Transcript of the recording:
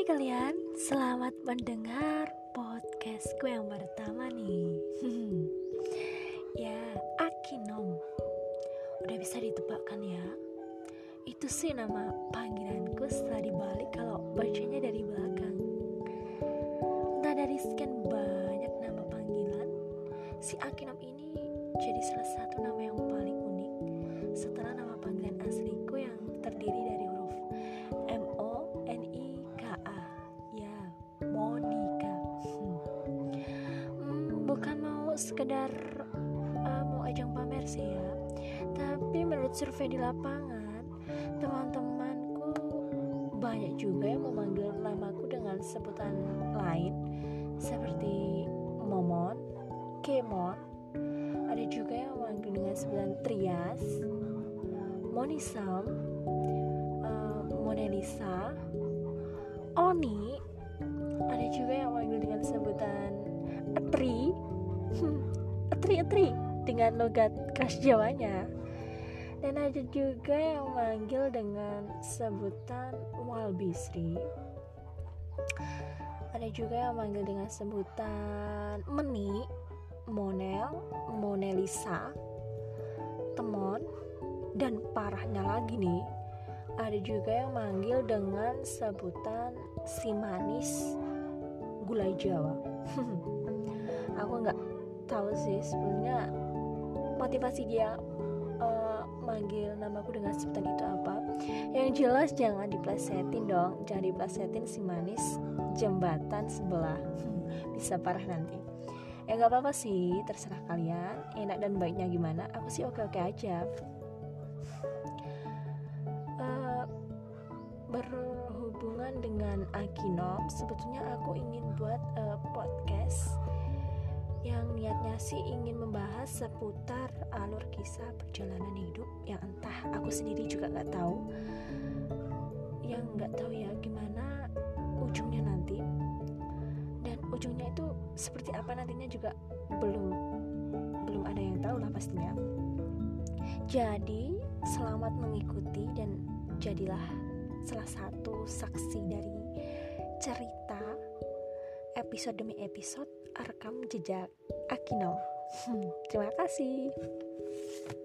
Hai kalian, selamat mendengar podcastku yang pertama nih. Ya, Akinom. Udah bisa ditebak kan ya? Itu sih nama panggilanku setelah dibalik kalau bacanya dari belakang. Entah dari sekian banyak nama panggilan, si Akinom ini jadi salah satu nama yang paling unik setelah nama panggilan asliku yang terdiri dari huruf Monika. Ya, Monika. Bukan mau sekedar mau ajang pamer sih ya, tapi menurut survei di lapangan, teman-temanku banyak juga yang memanggil namaku dengan sebutan lain seperti Momon, Kemon. Ada juga yang memanggil dengan sebutan Trias, Monisam, Monelisa, Oni. Ada juga yang memanggil dengan sebutan Etri, Etri dengan logat khas Jawanya. Dan ada juga yang memanggil dengan sebutan Walbisri. Ada juga yang memanggil dengan sebutan Meni, Monel, Monelisa, Temon. Dan parahnya lagi nih, ada juga yang manggil dengan sebutan si manis gulai Jawa. Aku nggak tahu sih sebenarnya motivasi dia manggil namaku dengan sebutan itu apa. Yang jelas jangan diplesetin dong, jangan diplesetin si manis jembatan sebelah. Bisa parah nanti. Ya nggak apa-apa sih, terserah kalian enak dan baiknya gimana. Aku sih oke-oke aja. Berhubungan dengan Akinom, sebetulnya aku ingin buat podcast yang niatnya sih ingin membahas seputar alur kisah perjalanan hidup yang entah aku sendiri juga nggak tahu, yang nggak tahu ya gimana ujungnya nanti, dan ujungnya itu seperti apa nantinya juga belum ada yang tahu lah pastinya. Jadi selamat mengikuti dan jadilah salah satu saksi dari cerita episode demi episode rekam jejak Akinom. Terima kasih.